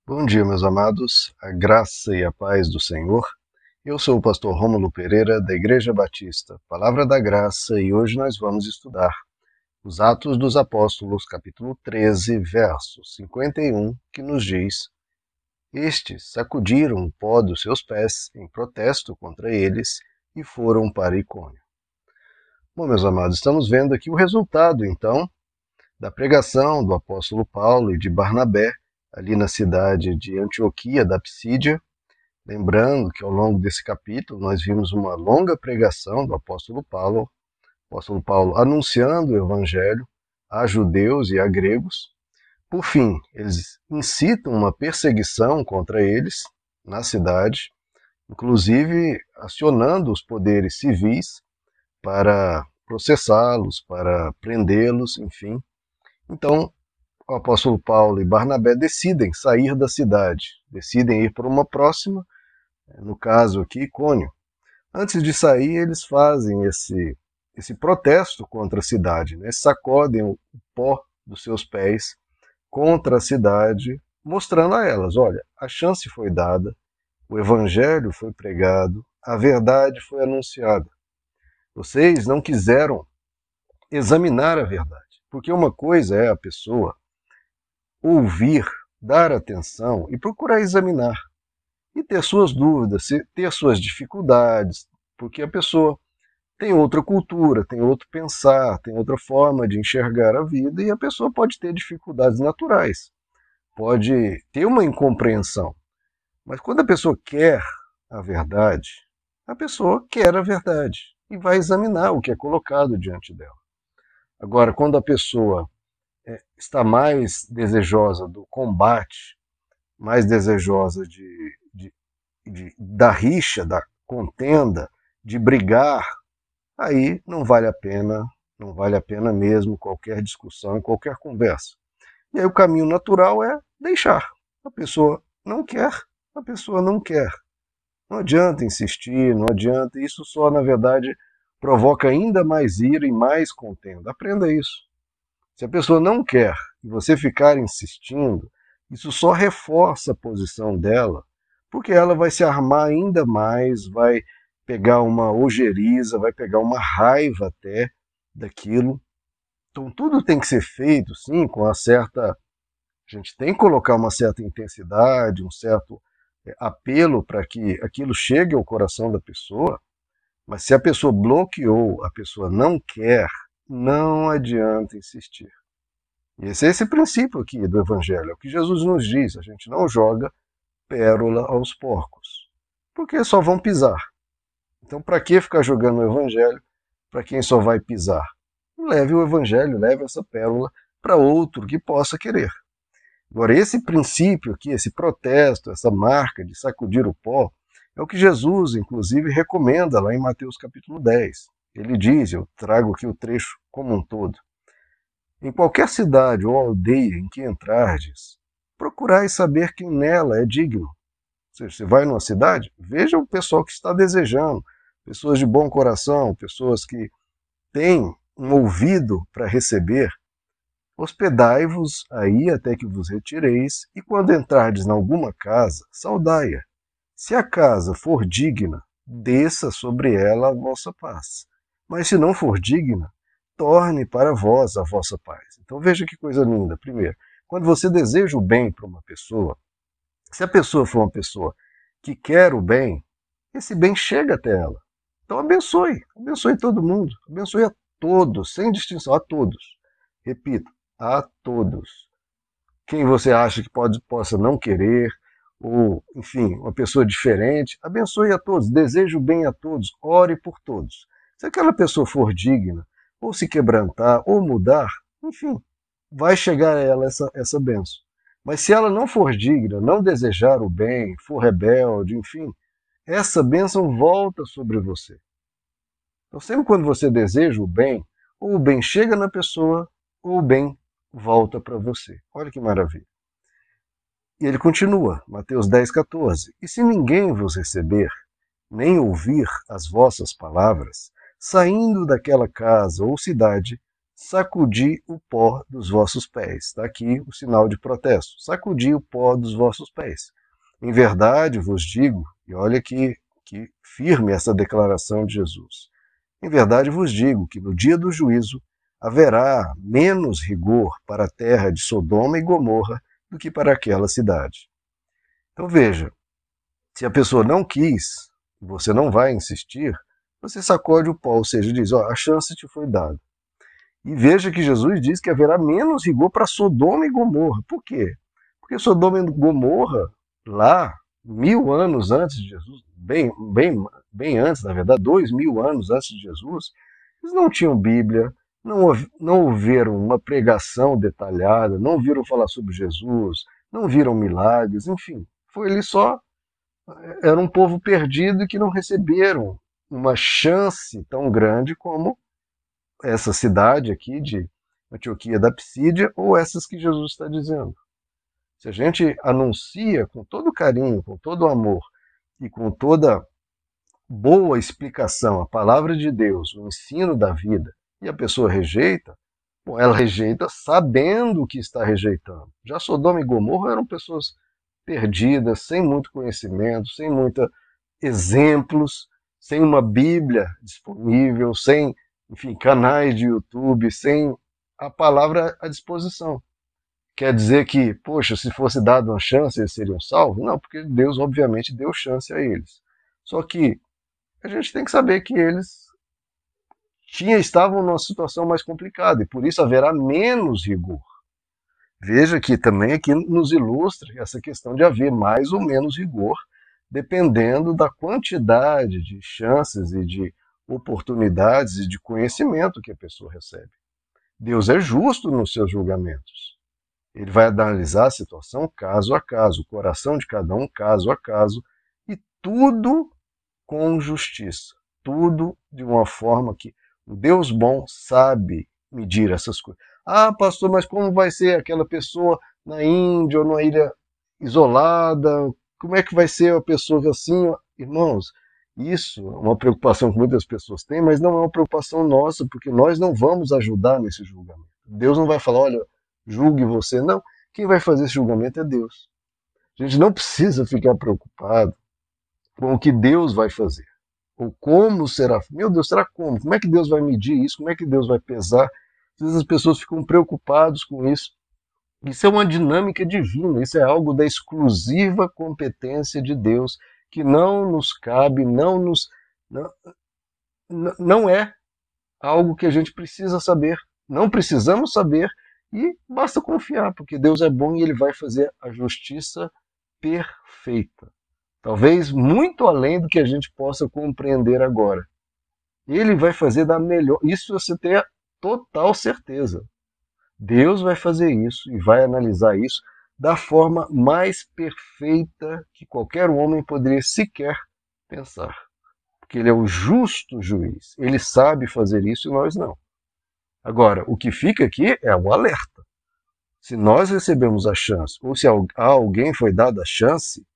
Bom dia, meus amados, a graça e a paz do Senhor. Eu sou o pastor Rômulo Pereira, da Igreja Batista, Palavra da Graça, e hoje nós vamos estudar os Atos dos Apóstolos, capítulo 13, verso 51, que nos diz: Estes sacudiram o pó dos seus pés em protesto contra eles e foram para Icônio. Bom, meus amados, estamos vendo aqui o resultado, então, da pregação do apóstolo Paulo e de Barnabé, ali na cidade de Antioquia da Psídia. Lembrando que ao longo desse capítulo nós vimos uma longa pregação do apóstolo Paulo anunciando o evangelho a judeus e a gregos. Por fim, eles incitam uma perseguição contra eles na cidade, inclusive acionando os poderes civis para processá-los, para prendê-los, enfim. Então, o apóstolo Paulo e Barnabé decidem sair da cidade, decidem ir para uma próxima, no caso aqui, Icônio. Antes de sair, eles fazem esse protesto contra a cidade, né? Sacodem o pó dos seus pés contra a cidade, mostrando a elas, olha, a chance foi dada, o evangelho foi pregado, a verdade foi anunciada. Vocês não quiseram examinar a verdade, porque uma coisa é a pessoa ouvir, dar atenção e procurar examinar. E ter suas dúvidas, ter suas dificuldades, porque a pessoa tem outra cultura, tem outro pensar, tem outra forma de enxergar a vida e a pessoa pode ter dificuldades naturais, pode ter uma incompreensão. Mas quando a pessoa quer a verdade, a pessoa quer a verdade e vai examinar o que é colocado diante dela. Agora, quando a pessoa está mais desejosa do combate, mais desejosa da rixa, da contenda, de brigar, aí não vale a pena mesmo qualquer discussão, qualquer conversa. E aí o caminho natural é deixar. A pessoa não quer, a pessoa não quer. Não adianta insistir, não adianta, isso só, na verdade, provoca ainda mais ira e mais contenda. Aprenda isso. Se a pessoa não quer e você ficar insistindo, isso só reforça a posição dela, porque ela vai se armar ainda mais, vai pegar uma ojeriza, vai pegar uma raiva até daquilo. Então tudo tem que ser feito, sim, com uma certa... A gente tem que colocar uma certa intensidade, um certo apelo para que aquilo chegue ao coração da pessoa, mas se a pessoa bloqueou, a pessoa não quer, não adianta insistir. E esse é esse princípio aqui do Evangelho, é o que Jesus nos diz, a gente não joga pérola aos porcos, porque só vão pisar. Então, para que ficar jogando o Evangelho para quem só vai pisar? Leve o Evangelho, leve essa pérola para outro que possa querer. Agora, esse princípio aqui, esse protesto, essa marca de sacudir o pó, é o que Jesus, inclusive, recomenda lá em Mateus capítulo 10. Ele diz, eu trago aqui o trecho como um todo: em qualquer cidade ou aldeia em que entrardes, procurai saber quem nela é digno. Ou seja, você vai numa cidade, veja o pessoal que está desejando, pessoas de bom coração, pessoas que têm um ouvido para receber. Hospedai-vos aí até que vos retireis, e quando entrardes em alguma casa, saudai-a. Se a casa for digna, desça sobre ela a vossa paz. Mas se não for digna, torne para vós a vossa paz. Então veja que coisa linda. Primeiro, quando você deseja o bem para uma pessoa, se a pessoa for uma pessoa que quer o bem, esse bem chega até ela. Então abençoe todo mundo, abençoe a todos, sem distinção, a todos. Repito, a todos. Quem você acha que possa não querer, ou, enfim, uma pessoa diferente, abençoe a todos, deseje o bem a todos, ore por todos. Se aquela pessoa for digna, ou se quebrantar, ou mudar, enfim, vai chegar a ela essa bênção. Mas se ela não for digna, não desejar o bem, for rebelde, enfim, essa bênção volta sobre você. Então, sempre quando você deseja o bem, ou o bem chega na pessoa, ou o bem volta para você. Olha que maravilha. E ele continua, Mateus 10,14. E se ninguém vos receber, nem ouvir as vossas palavras, saindo daquela casa ou cidade, sacudi o pó dos vossos pés. Está aqui o sinal de protesto. Sacudi o pó dos vossos pés. Em verdade vos digo, e olha que firme essa declaração de Jesus. Em verdade vos digo que no dia do juízo haverá menos rigor para a terra de Sodoma e Gomorra do que para aquela cidade. Então veja, se a pessoa não quis, você não vai insistir, você sacode o pó, ou seja, diz, ó, a chance te foi dada. E veja que Jesus diz que haverá menos rigor para Sodoma e Gomorra. Por quê? Porque Sodoma e Gomorra, lá, 1000 anos antes de Jesus, bem antes, na verdade, 2000 anos antes de Jesus, eles não tinham Bíblia, não ouviram uma pregação detalhada, não ouviram falar sobre Jesus, não viram milagres, enfim, foi ali só, era um povo perdido e que não receberam uma chance tão grande como essa cidade aqui de Antioquia da Psídia ou essas que Jesus está dizendo. Se a gente anuncia com todo carinho, com todo amor e com toda boa explicação a palavra de Deus, o ensino da vida, e a pessoa rejeita, bom, ela rejeita sabendo o que está rejeitando. Já Sodoma e Gomorra eram pessoas perdidas, sem muito conhecimento, sem muitos exemplos, sem uma Bíblia disponível, sem, enfim, canais de YouTube, sem a palavra à disposição. Quer dizer que, poxa, se fosse dado uma chance, eles seriam salvos? Não, porque Deus, obviamente, deu chance a eles. Só que a gente tem que saber que eles estavam numa situação mais complicada e por isso haverá menos rigor. Veja que também aqui nos ilustra essa questão de haver mais ou menos rigor, dependendo da quantidade de chances e de oportunidades e de conhecimento que a pessoa recebe. Deus é justo nos seus julgamentos. Ele vai analisar a situação caso a caso, o coração de cada um caso a caso, e tudo com justiça. Tudo de uma forma que o Deus bom sabe medir essas coisas. Ah, pastor, mas como vai ser aquela pessoa na Índia ou numa ilha isolada? Como é que vai ser a pessoa assim? Irmãos, isso é uma preocupação que muitas pessoas têm, mas não é uma preocupação nossa, porque nós não vamos ajudar nesse julgamento. Deus não vai falar, olha, julgue você. Não, quem vai fazer esse julgamento é Deus. A gente não precisa ficar preocupado com o que Deus vai fazer. Ou como será. Meu Deus, será como? Como é que Deus vai medir isso? Como é que Deus vai pesar? Às vezes as pessoas ficam preocupadas com isso. Isso é uma dinâmica divina, isso é algo da exclusiva competência de Deus, que não nos cabe, não, não é algo que a gente precisa saber. Não precisamos saber e basta confiar, porque Deus é bom e Ele vai fazer a justiça perfeita. Talvez muito além do que a gente possa compreender agora. Ele vai fazer da melhor. Isso você tem a total certeza. Deus vai fazer isso e vai analisar isso da forma mais perfeita que qualquer homem poderia sequer pensar. Porque ele é o justo juiz. Ele sabe fazer isso e nós não. Agora, o que fica aqui é o alerta. Se nós recebemos a chance, ou se a alguém foi dada a chance,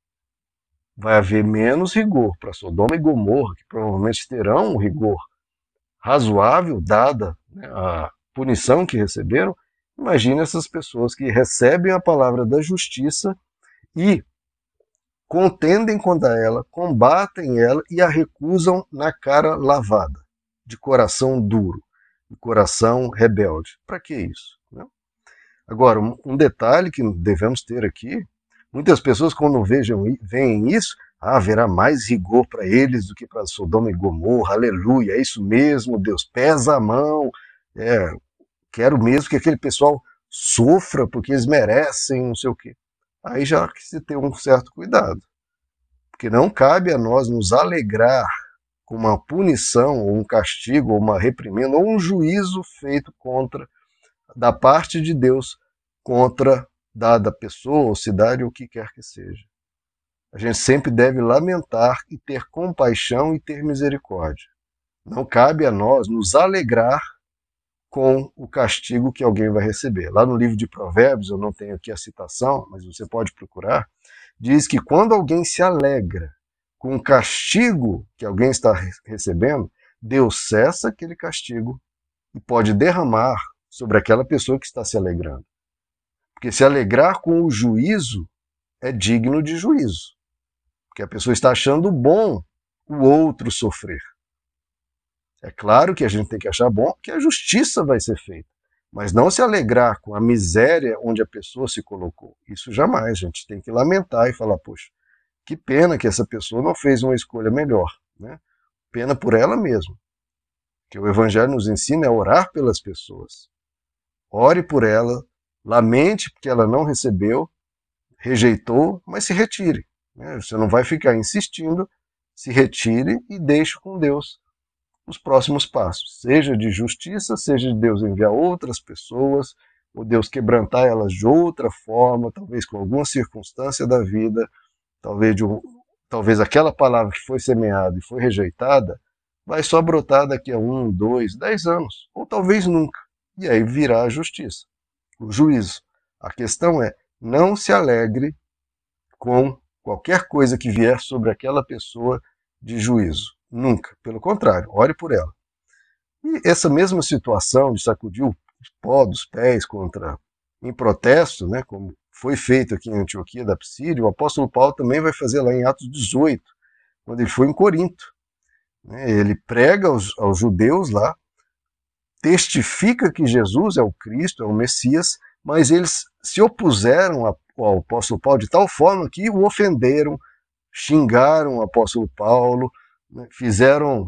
vai haver menos rigor para Sodoma e Gomorra, que provavelmente terão um rigor razoável, dada, né, a punição que receberam. Imagine essas pessoas que recebem a palavra da justiça e contendem contra ela, combatem ela e a recusam na cara lavada, de coração duro, de coração rebelde. Para que isso? Né? Agora, um detalhe que devemos ter aqui, muitas pessoas quando veem isso, haverá mais rigor para eles do que para Sodoma e Gomorra, aleluia, é isso mesmo, Deus, pesa a mão, quero mesmo que aquele pessoal sofra porque eles merecem não sei o quê. Aí já que se tem um certo cuidado, porque não cabe a nós nos alegrar com uma punição, ou um castigo, ou uma reprimenda, ou um juízo feito da parte de Deus contra dada pessoa, ou cidade, ou o que quer que seja. A gente sempre deve lamentar e ter compaixão e ter misericórdia. Não cabe a nós nos alegrar com o castigo que alguém vai receber. Lá no livro de Provérbios, eu não tenho aqui a citação, mas você pode procurar, diz que quando alguém se alegra com o castigo que alguém está recebendo, Deus cessa aquele castigo e pode derramar sobre aquela pessoa que está se alegrando. Porque se alegrar com o juízo é digno de juízo. Porque a pessoa está achando bom o outro sofrer. É claro que a gente tem que achar bom que a justiça vai ser feita, mas não se alegrar com a miséria onde a pessoa se colocou. Isso jamais. A gente tem que lamentar e falar, poxa, que pena que essa pessoa não fez uma escolha melhor, né? Pena por ela mesma. Que o Evangelho nos ensina é orar pelas pessoas. Ore por ela, lamente porque ela não recebeu, rejeitou, mas se retire. Né? Você não vai ficar insistindo, se retire e deixe com Deus os próximos passos, seja de justiça, seja de Deus enviar outras pessoas, ou Deus quebrantar elas de outra forma, talvez com alguma circunstância da vida, talvez aquela palavra que foi semeada e foi rejeitada, vai só brotar daqui a 1, 2, 10 anos, ou talvez nunca, e aí virá a justiça, o juízo. A questão é, não se alegre com qualquer coisa que vier sobre aquela pessoa de juízo. Nunca. Pelo contrário, ore por ela. E essa mesma situação de sacudir o pó dos pés em protesto, né, como foi feito aqui em Antioquia da Psídia, o apóstolo Paulo também vai fazer lá em Atos 18, quando ele foi em Corinto. Ele prega aos judeus lá, testifica que Jesus é o Cristo, é o Messias, mas eles se opuseram ao apóstolo Paulo de tal forma que o ofenderam, xingaram o apóstolo Paulo, né, fizeram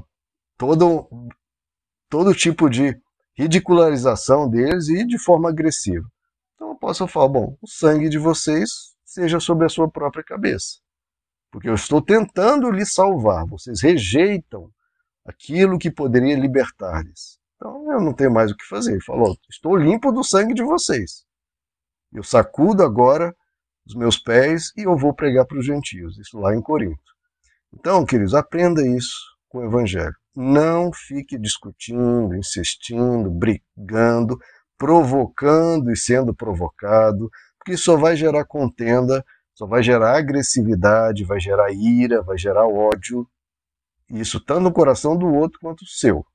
todo tipo de ridicularização deles e de forma agressiva. Então o apóstolo fala, bom, o sangue de vocês seja sobre a sua própria cabeça, porque eu estou tentando lhes salvar, vocês rejeitam aquilo que poderia libertar-lhes. Então eu não tenho mais o que fazer. Ele falou, estou limpo do sangue de vocês. Eu sacudo agora os meus pés e eu vou pregar para os gentios. Isso lá em Corinto. Então, queridos, aprenda isso com o Evangelho. Não fique discutindo, insistindo, brigando, provocando e sendo provocado, porque isso só vai gerar contenda, só vai gerar agressividade, vai gerar ira, vai gerar ódio. Isso tanto no coração do outro quanto o seu.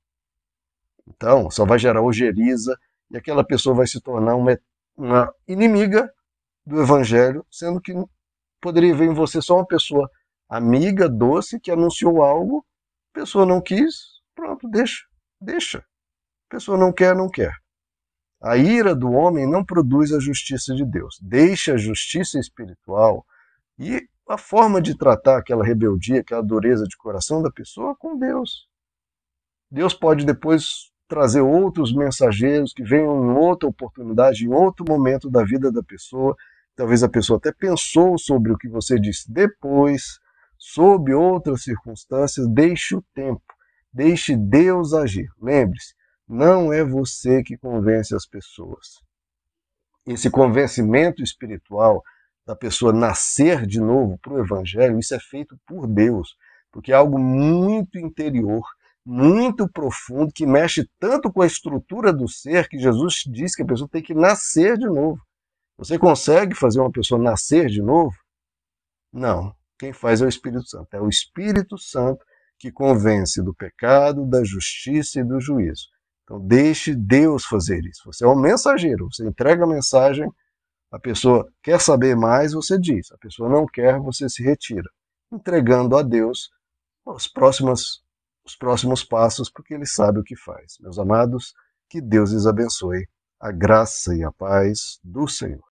Então, só vai gerar ojeriza e aquela pessoa vai se tornar uma inimiga do Evangelho, sendo que poderia ver em você só uma pessoa amiga, doce, que anunciou algo, a pessoa não quis, pronto, deixa. A pessoa não quer, não quer. A ira do homem não produz a justiça de Deus. Deixa a justiça espiritual e a forma de tratar aquela rebeldia, aquela dureza de coração da pessoa com Deus. Deus pode depois trazer outros mensageiros que venham em outra oportunidade, em outro momento da vida da pessoa. Talvez a pessoa até pensou sobre o que você disse depois, sob outras circunstâncias. Deixe o tempo, deixe Deus agir. Lembre-se, não é você que convence as pessoas. Esse convencimento espiritual da pessoa nascer de novo para o Evangelho, isso é feito por Deus, porque é algo muito interior, muito profundo, que mexe tanto com a estrutura do ser, que Jesus diz que a pessoa tem que nascer de novo. Você consegue fazer uma pessoa nascer de novo? Não. Quem faz é o Espírito Santo. É o Espírito Santo que convence do pecado, da justiça e do juízo. Então deixe Deus fazer isso. Você é um mensageiro, você entrega a mensagem, a pessoa quer saber mais, você diz. A pessoa não quer, você se retira. Entregando a Deus os próximos passos, porque Ele sabe o que faz. Meus amados, que Deus lhes abençoe. A graça e a paz do Senhor.